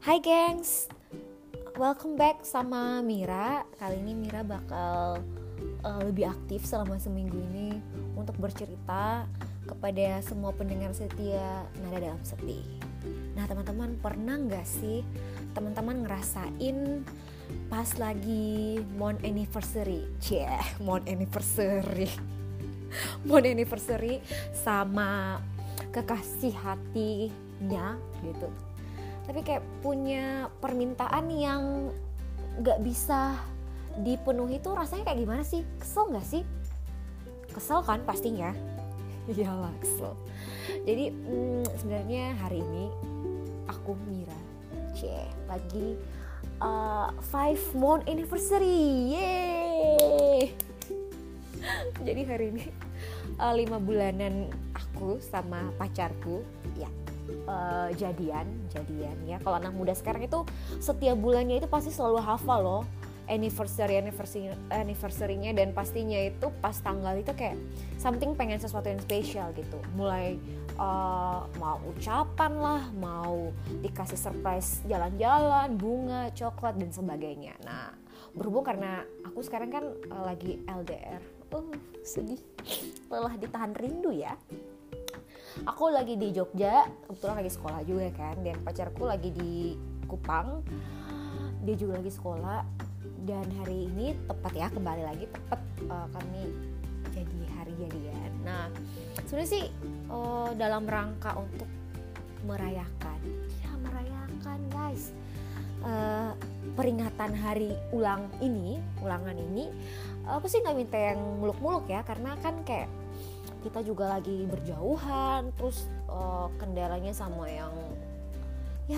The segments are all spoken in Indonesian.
Hai gengs, welcome back sama Mira. Kali ini Mira bakal lebih aktif selama seminggu ini untuk bercerita kepada semua pendengar setia Nada Dalam Sepi. Nah teman-teman, pernah gak sih teman-teman ngerasain pas lagi month anniversary? Month anniversary sama kekasih hatinya gitu, tapi kayak punya permintaan yang gak bisa dipenuhi tuh rasanya kayak gimana sih? Kesel gak sih? Kesel kan pastinya. Iyalah kesel. Jadi sebenarnya hari ini aku Mira lagi 5 month anniversary. Yeay. Jadi hari ini 5 bulanan aku sama pacarku ya jadian ya. Kalau anak muda sekarang itu setiap bulannya itu pasti selalu hafal loh anniversary-nya, dan pastinya itu pas tanggal itu kayak something, pengen sesuatu yang spesial gitu. Mulai mau ucapan lah, mau dikasih surprise jalan-jalan, bunga, coklat dan sebagainya. Nah, berhubung karena aku sekarang kan lagi LDR. Sedih. Lelah ditahan rindu ya. Aku lagi di Jogja, kebetulan lagi sekolah juga kan, dan pacarku lagi di Kupang, dia juga lagi sekolah. Dan hari ini tepat kami jadi hari jadian. Nah sebenarnya sih dalam rangka untuk merayakan guys, peringatan hari ulangan ini, aku sih nggak minta yang muluk-muluk ya, karena kan kayak kita juga lagi berjauhan, terus kendalanya sama yang ya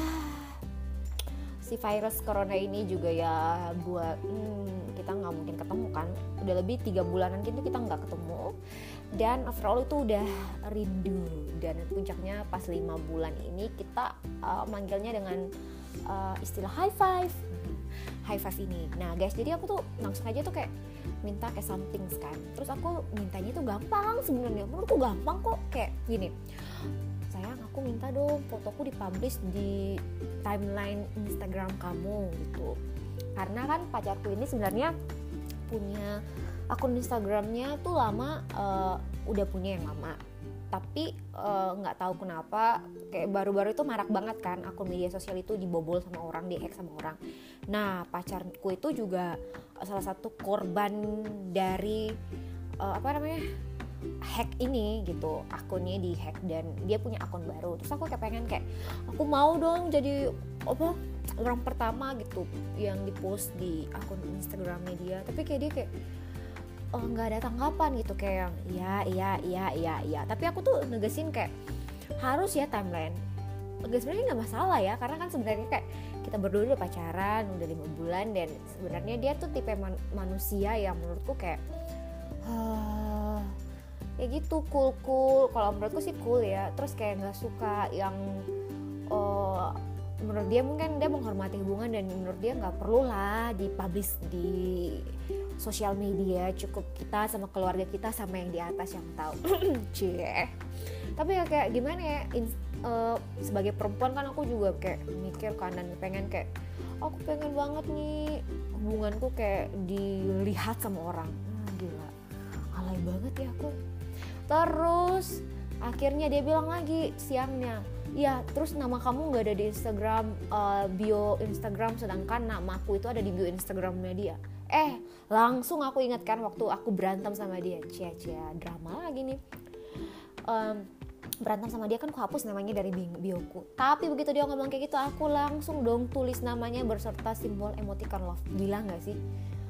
si virus corona ini juga ya buat kita nggak mungkin ketemu kan, udah lebih 3 bulanan gitu kita nggak ketemu, dan overall itu udah rindu. Dan puncaknya pas 5 bulan ini kita manggilnya dengan istilah high five ini. Nah guys, jadi aku tuh langsung aja tuh kayak minta kayak something kan. Terus aku mintanya tuh gampang sebenarnya, menurutku gampang kok. Kayak gini, sayang aku minta dong fotoku dipublish di timeline Instagram kamu gitu. Karena kan pacarku ini sebenarnya punya akun Instagramnya tuh lama, udah punya yang lama, tapi nggak tahu kenapa kayak baru-baru itu marak banget kan akun media sosial itu dibobol sama orang, dihack sama orang. Nah pacarku itu juga salah satu korban dari hack ini gitu. Akunnya dihack dan dia punya akun baru. Terus aku kayak pengen kayak aku mau dong jadi orang pertama gitu yang dipost di akun Instagramnya dia. Tapi kayak dia kayak nggak ada tanggapan gitu, kayak iya. Tapi aku tuh negesin kayak harus ya timeline. Sebenarnya nggak masalah ya, karena kan sebenarnya kayak kita berdua udah pacaran udah 5 bulan, dan sebenarnya dia tuh tipe manusia yang menurutku kayak kayak gitu cool. Kalau menurutku sih cool ya. Terus kayak nggak suka yang menurut dia mungkin dia menghormati hubungan, dan menurut dia nggak perlu lah dipublish di sosial media, cukup kita sama keluarga kita sama yang di atas yang tahu. Tapi ya kayak gimana ya, sebagai perempuan kan aku juga kayak mikir kan, dan pengen kayak aku pengen banget nih hubunganku kayak dilihat sama orang. Gila, alay banget ya aku. Terus akhirnya dia bilang lagi siangnya, ya terus nama kamu gak ada di Instagram, bio Instagram, sedangkan namaku itu ada di bio Instagramnya dia. Langsung aku ingatkan waktu aku berantem sama dia. Drama lagi nih. Berantem sama dia kan aku hapus namanya dari bioku. Tapi begitu dia ngomong kayak gitu, aku langsung dong tulis namanya berserta simbol emoticon love. Gila gak sih?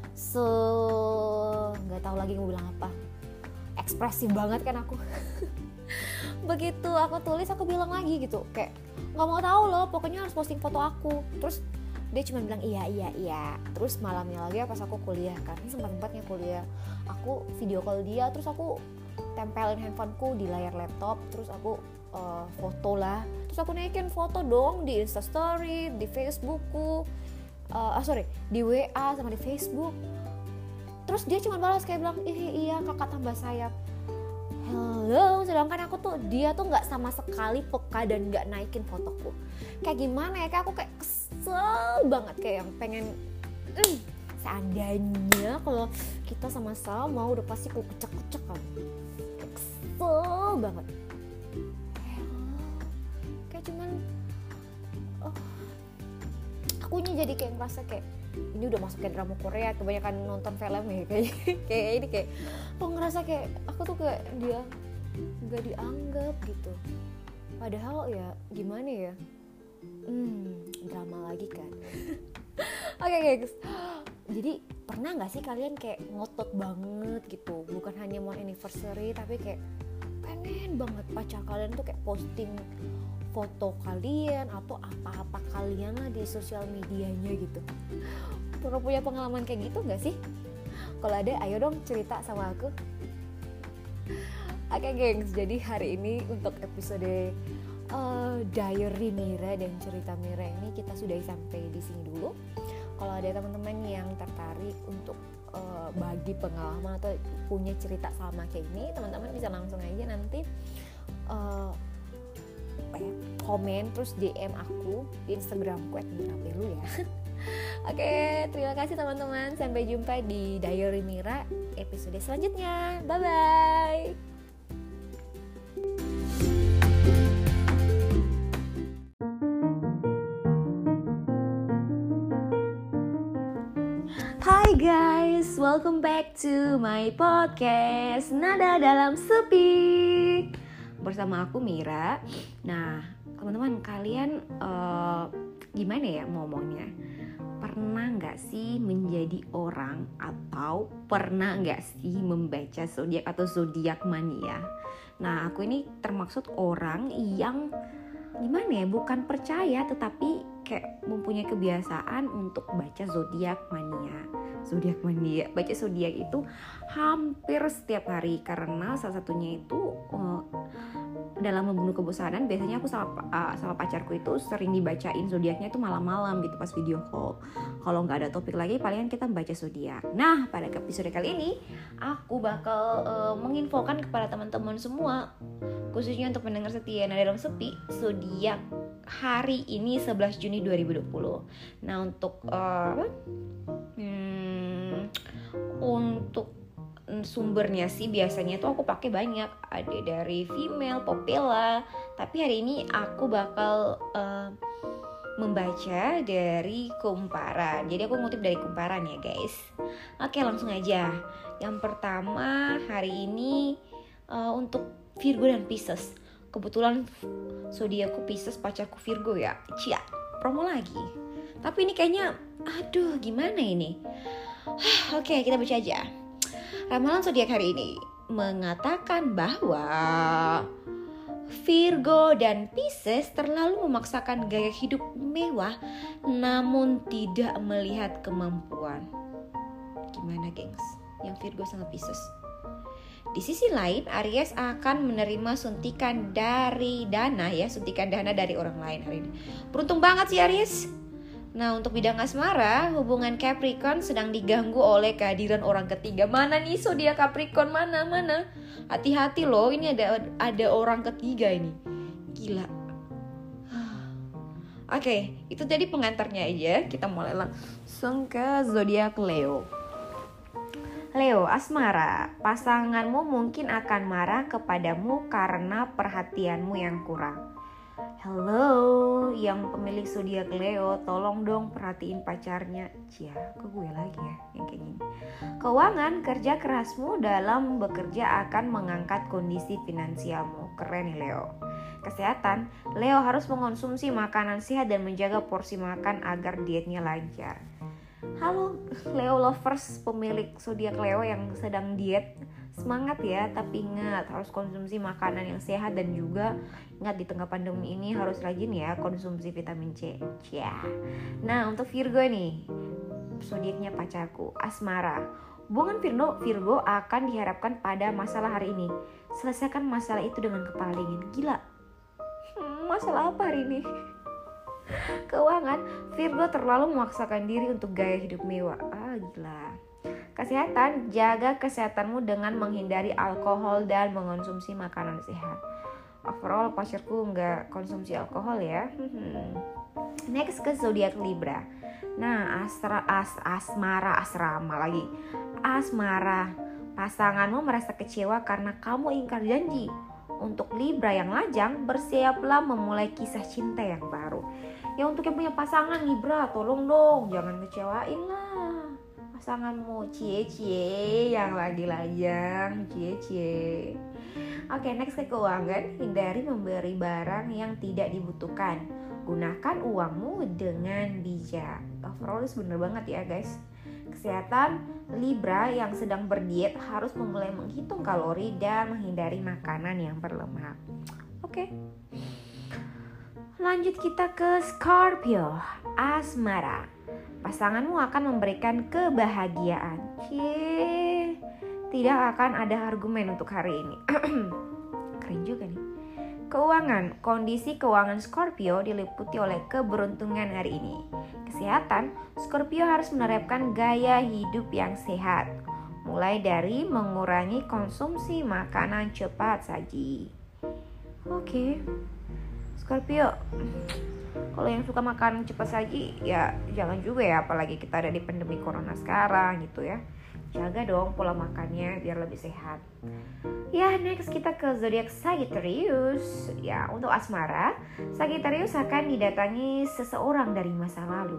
Gak tahu lagi mau bilang apa. Ekspresif banget kan aku. Begitu aku tulis, aku bilang lagi gitu, kayak nggak mau tahu loh, pokoknya harus posting foto aku. Terus dia cuma bilang iya. Terus malamnya lagi pas aku kuliah kan, ini sempat-sempatnya kuliah, aku video call dia, terus aku tempelin handphoneku di layar laptop, terus aku foto lah, terus aku naikin foto dong di Instastory, di Facebookku, di WA sama di Facebook. Terus dia cuma balas kayak bilang, iya kakak tambah sayap. Hello, sedangkan aku tuh dia tuh nggak sama sekali peka dan nggak naikin fotoku. Kayak gimana ya, kayak aku kayak kesel banget, kayak yang pengen seandainya kalau kita sama-sama mau udah pasti aku kecek-kecek kan. Kesel banget. Kayak cuman akunya jadi kayak ngerasa kayak ini udah masuk kayak drama Korea, kebanyakan nonton film ya kayak ini kayak ngerasa kayak aku tuh kayak dia nggak dianggap gitu. Padahal ya gimana ya, drama lagi kan. Oke guys, jadi pernah nggak sih kalian kayak ngotot banget gitu, bukan hanya mau anniversary tapi kayak pengen banget pacar kalian tuh kayak posting foto kalian atau apa-apa kalian lah di sosial medianya gitu. Pernah punya pengalaman kayak gitu nggak sih? Kalau ada, ayo dong cerita sama aku. Oke gengs, jadi hari ini untuk episode Diary Mira dan cerita Mira ini kita sudah sampai di sini dulu. Kalau ada teman-teman yang tertarik untuk bagi pengalaman atau punya cerita sama kayak ini, teman-teman bisa langsung aja nanti komen terus DM aku di Instagramku @mirapelu ya. Oke, terima kasih teman-teman. Sampai jumpa di Diary Mira episode selanjutnya. Bye bye. Hi guys, welcome back to my podcast Nada Dalam Sepi bersama aku Mira. Nah, teman-teman kalian gimana ya ngomongnya? Pernah nggak sih menjadi orang atau pernah nggak sih membaca zodiak atau zodiak mania? Nah, aku ini termaksud orang yang gimana ya? Bukan percaya tetapi kayak mempunyai kebiasaan untuk baca zodiak mania. Baca zodiak itu hampir setiap hari karena salah satunya itu dalam membunuh kebosanan. Biasanya aku sama pacarku itu sering dibacain zodiaknya itu malam-malam gitu pas video call. Kalau nggak ada topik lagi palingan kita baca zodiak. Nah, pada episode kali ini aku bakal menginfokan kepada teman-teman semua, khususnya untuk pendengar setia Nada Dalam Sepi, zodiak hari ini 11 Juni 2020. Nah, untuk sumbernya sih biasanya tuh aku pakai banyak, ada dari Female, Popella, tapi hari ini aku bakal membaca dari Kumparan. Jadi aku ngutip dari Kumparan ya guys. Oke, langsung aja. Yang pertama hari ini untuk Virgo dan Pisces. Kebetulan zodiakku Pisces, pacarku Virgo ya. Cia, promo lagi. Tapi ini kayaknya aduh gimana ini. Oke, kita baca aja. Ramalan zodiak hari ini mengatakan bahwa Virgo dan Pisces terlalu memaksakan gaya hidup mewah namun tidak melihat kemampuan. Gimana gengs? Yang Virgo sama Pisces. Di sisi lain, Aries akan menerima suntikan dana dari orang lain hari ini. Beruntung banget sih Aries. Nah, untuk bidang asmara, hubungan Capricorn sedang diganggu oleh kehadiran orang ketiga. Mana nih zodiak Capricorn? Mana? Hati-hati loh, ini ada orang ketiga ini. Gila. Oke, itu jadi pengantarnya aja. Kita mulai langsung ke zodiak Leo. Leo, asmara. Pasanganmu mungkin akan marah kepadamu karena perhatianmu yang kurang. Halo, yang pemilik zodiak Leo, tolong dong perhatiin pacarnya. Cia, kok gue lagi ya yang kayak gini. Keuangan, kerja kerasmu dalam bekerja akan mengangkat kondisi finansialmu. Keren nih Leo. Kesehatan, Leo harus mengonsumsi makanan sehat dan menjaga porsi makan agar dietnya lancar. Halo Leo lovers, pemilik zodiak Leo yang sedang diet, semangat ya, tapi ingat harus konsumsi makanan yang sehat dan juga ingat di tengah pandemi ini harus rajin ya konsumsi vitamin C. Nah, untuk Virgo nih, zodiaknya pacarku, asmara. Hubungan Virgo akan diharapkan pada masalah hari ini. Selesaikan masalah itu dengan kepala dingin. Gila. Masalah apa hari ini? Keuangan, Virgo terlalu memaksakan diri untuk gaya hidup mewah. Gila. Kesehatan, jaga kesehatanmu dengan menghindari alkohol dan mengonsumsi makanan sehat. Overall, pacarku nggak konsumsi alkohol ya. Next ke zodiak Libra. Nah, asmara lagi. Asmara. Pasanganmu merasa kecewa karena kamu ingkar janji. Untuk Libra yang lajang, bersiaplah memulai kisah cinta yang baru. Ya untuk yang punya pasangan Libra, tolong dong jangan kecewain lah pasanganmu. Cie yang lagi lajang, cie. Oke, next ke keuangan. Hindari memberi barang yang tidak dibutuhkan. Gunakan uangmu dengan bijak. Overall bener banget ya guys. Kesehatan, Libra yang sedang berdiet harus memulai menghitung kalori dan menghindari makanan yang berlemak. Oke. Lanjut kita ke Scorpio. Asmara. Pasanganmu akan memberikan kebahagiaan. Tidak akan ada argumen untuk hari ini. Keren juga nih. Keuangan. Kondisi keuangan Scorpio diliputi oleh keberuntungan hari ini. Kesehatan, Scorpio harus menerapkan gaya hidup yang sehat, mulai dari mengurangi konsumsi makanan cepat saji. Oke. Scorpio, kalau yang suka makan cepat saji ya jangan juga ya, apalagi kita ada di pandemi corona sekarang gitu ya. Jaga dong pola makannya biar lebih sehat. Ya, next kita ke zodiak Sagittarius. Ya, untuk asmara, Sagittarius akan didatangi seseorang dari masa lalu.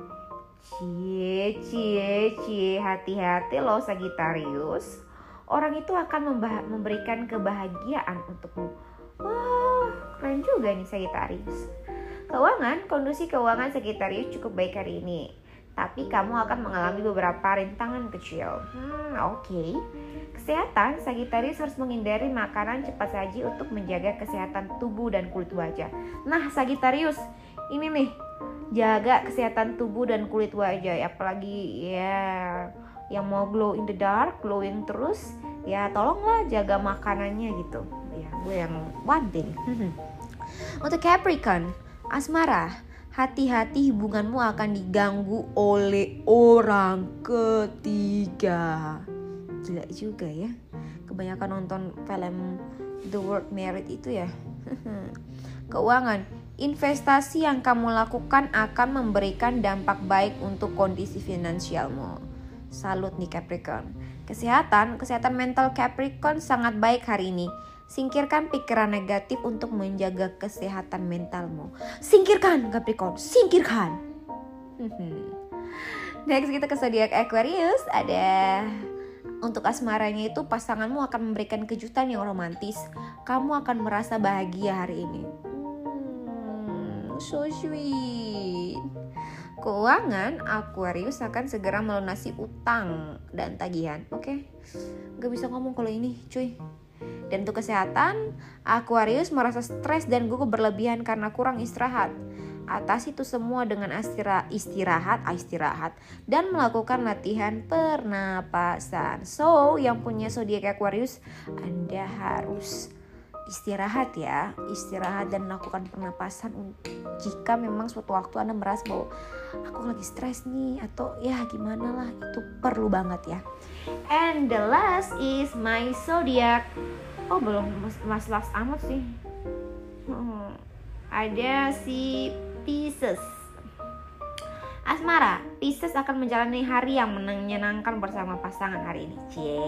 Cie, hati-hati loh Sagittarius. Orang itu akan memberikan kebahagiaan untukmu. Wah, keren juga nih Sagittarius. Keuangan, kondisi keuangan Sagittarius cukup baik hari ini, tapi kamu akan mengalami beberapa rintangan kecil. Oke. Kesehatan, Sagittarius harus menghindari makanan cepat saji untuk menjaga kesehatan tubuh dan kulit wajah. Nah Sagittarius, ini nih, jaga kesehatan tubuh dan kulit wajah, apalagi ya yang mau glow in the dark, glowing terus, ya tolonglah jaga makanannya gitu. Ya, gue yang wanti nih. Untuk Capricorn, asmara, hati-hati hubunganmu akan diganggu oleh orang ketiga. Gila juga ya, kebanyakan nonton film The World Married itu ya. Keuangan, investasi yang kamu lakukan akan memberikan dampak baik untuk kondisi finansialmu. Salut nih Capricorn. Kesehatan mental Capricorn sangat baik hari ini. Singkirkan pikiran negatif untuk menjaga kesehatan mentalmu. Singkirkan Capricorn, singkirkan. Next kita ke zodiak Aquarius. Ada untuk asmaranya itu pasanganmu akan memberikan kejutan yang romantis. Kamu akan merasa bahagia hari ini. So sweet. Keuangan, Aquarius akan segera melunasi utang dan tagihan. Oke, gak bisa ngomong kalau ini cuy. Dan untuk kesehatan, Aquarius merasa stres dan gugup berlebihan karena kurang istirahat. Atasi itu semua dengan istirahat dan melakukan latihan pernapasan. So, yang punya zodiak Aquarius, Anda harus istirahat ya, istirahat dan melakukan pernapasan jika memang suatu waktu Anda merasa bahwa aku lagi stres nih atau ya gimana lah, itu perlu banget ya. And the last is my zodiac. Oh belum last amat sih. Ada si Pisces. Asmara, Pisces akan menjalani hari yang menyenangkan bersama pasangan hari ini.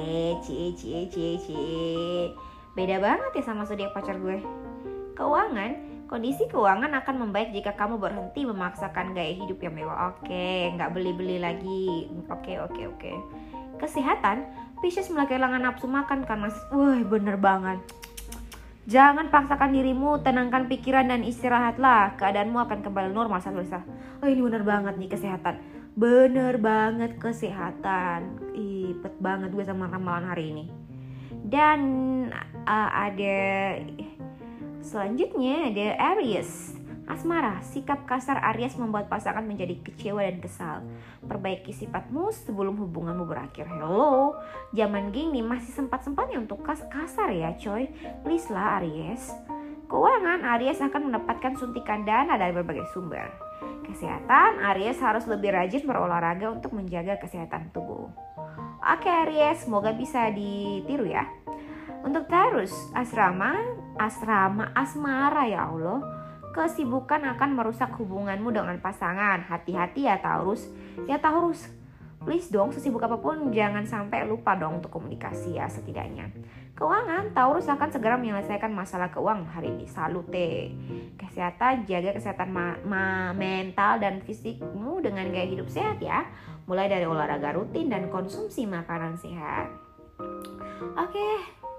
Cie. Beda banget ya sama zodiak pacar gue. Keuangan, kondisi keuangan akan membaik jika kamu berhenti memaksakan gaya hidup yang mewah. Oke, nggak beli-beli lagi. Oke. Kesehatan, Pisces mulai kehilangan nafsu makan karena bener banget. Jangan paksakan dirimu, tenangkan pikiran dan istirahatlah. Keadaanmu akan kembali normal saat beristirahat. Ini bener banget nih kesehatan. Bener banget kesehatan. Bet banget gue sama ramalan hari ini. Dan ada selanjutnya ada Aries. Asmara, sikap kasar Aries membuat pasangan menjadi kecewa dan kesal. Perbaiki sifatmu sebelum hubunganmu berakhir. Hello, zaman gini masih sempat-sempatnya untuk kasar ya coy. Please lah Aries. Keuangan, Aries akan mendapatkan suntikan dana dari berbagai sumber. Kesehatan, Aries harus lebih rajin berolahraga untuk menjaga kesehatan tubuh. Oke Aries, semoga bisa ditiru ya. Untuk Taurus, asmara ya Allah. Kesibukan akan merusak hubunganmu dengan pasangan. Hati-hati ya Taurus. Ya Taurus, please dong, sesibuk apapun jangan sampai lupa dong untuk komunikasi ya setidaknya. Keuangan, Taurus akan segera menyelesaikan masalah keuangan hari ini. Salute. Kesehatan, jaga kesehatan mental dan fisikmu dengan gaya hidup sehat ya. Mulai dari olahraga rutin dan konsumsi makanan sehat. Oke.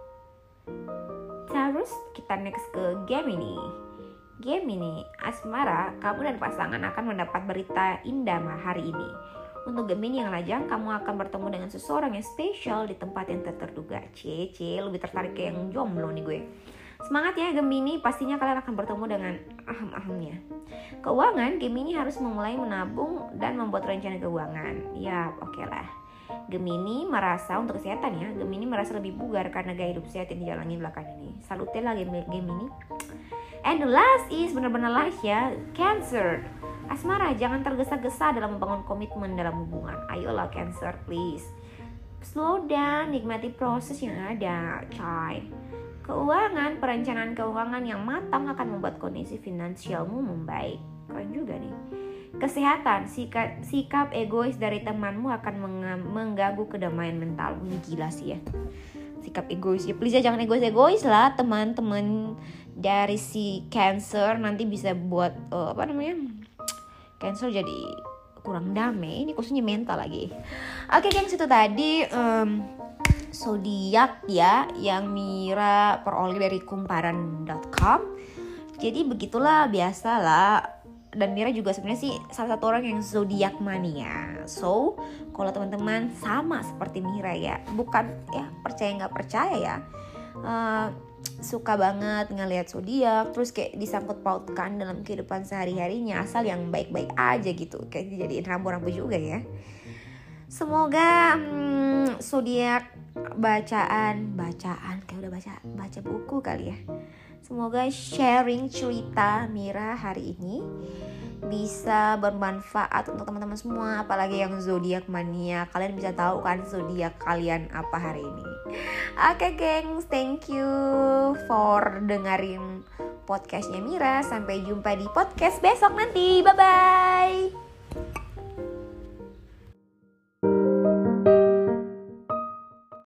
Taurus, kita next ke Gemini. Gemini, asmara, kamu dan pasangan akan mendapat berita indah hari ini. Untuk Gemini yang lajang, kamu akan bertemu dengan seseorang yang spesial di tempat yang tak terduga. Lebih tertarik ke yang jomblo nih gue. Semangat ya Gemini, pastinya kalian akan bertemu dengan aham-ahamnya. Keuangan, Gemini harus memulai menabung dan membuat rencana keuangan. Ya, oke lah. Gemini merasa, untuk kesehatan ya, Gemini merasa lebih bugar karena gaya hidup sehat yang dijalani belakangan ini. Salute lah Gemini. And the last is benar-benar last ya, Cancer. Asmara, jangan tergesa-gesa dalam membangun komitmen dalam hubungan. Ayolah Cancer, please. Slow down, nikmati proses yang ada, coy. Keuangan, perencanaan keuangan yang matang akan membuat kondisi finansialmu membaik. Keren juga nih. Kesehatan, sikap egois dari temanmu akan mengganggu kedamaian mental. Ini gila sih ya. Sikap egois ya, please ya, jangan egois lah teman-teman dari si Cancer, nanti bisa buat Cancer jadi kurang damai. Ini khususnya mental lagi. Oke gengs, itu tadi zodiak ya yang Mira peroleh dari kumparan.com. Jadi begitulah, biasalah. Dan Mira juga sebenarnya sih salah satu orang yang zodiak mania. So kalau teman-teman sama seperti Mira ya, bukan ya percaya nggak percaya ya, suka banget ngelihat zodiak, terus kayak disangkut pautkan dalam kehidupan sehari-harinya, asal yang baik-baik aja gitu, kayak dijadiin rambu-rambu juga ya. Semoga zodiak bacaan kayak udah baca buku kali ya. Semoga sharing cerita Mira hari ini bisa bermanfaat untuk teman-teman semua, apalagi yang zodiak mania. Kalian bisa tahu kan zodiak kalian apa hari ini. Oke gengs, thank you for dengerin podcastnya Mira. Sampai jumpa di podcast besok nanti. Bye bye.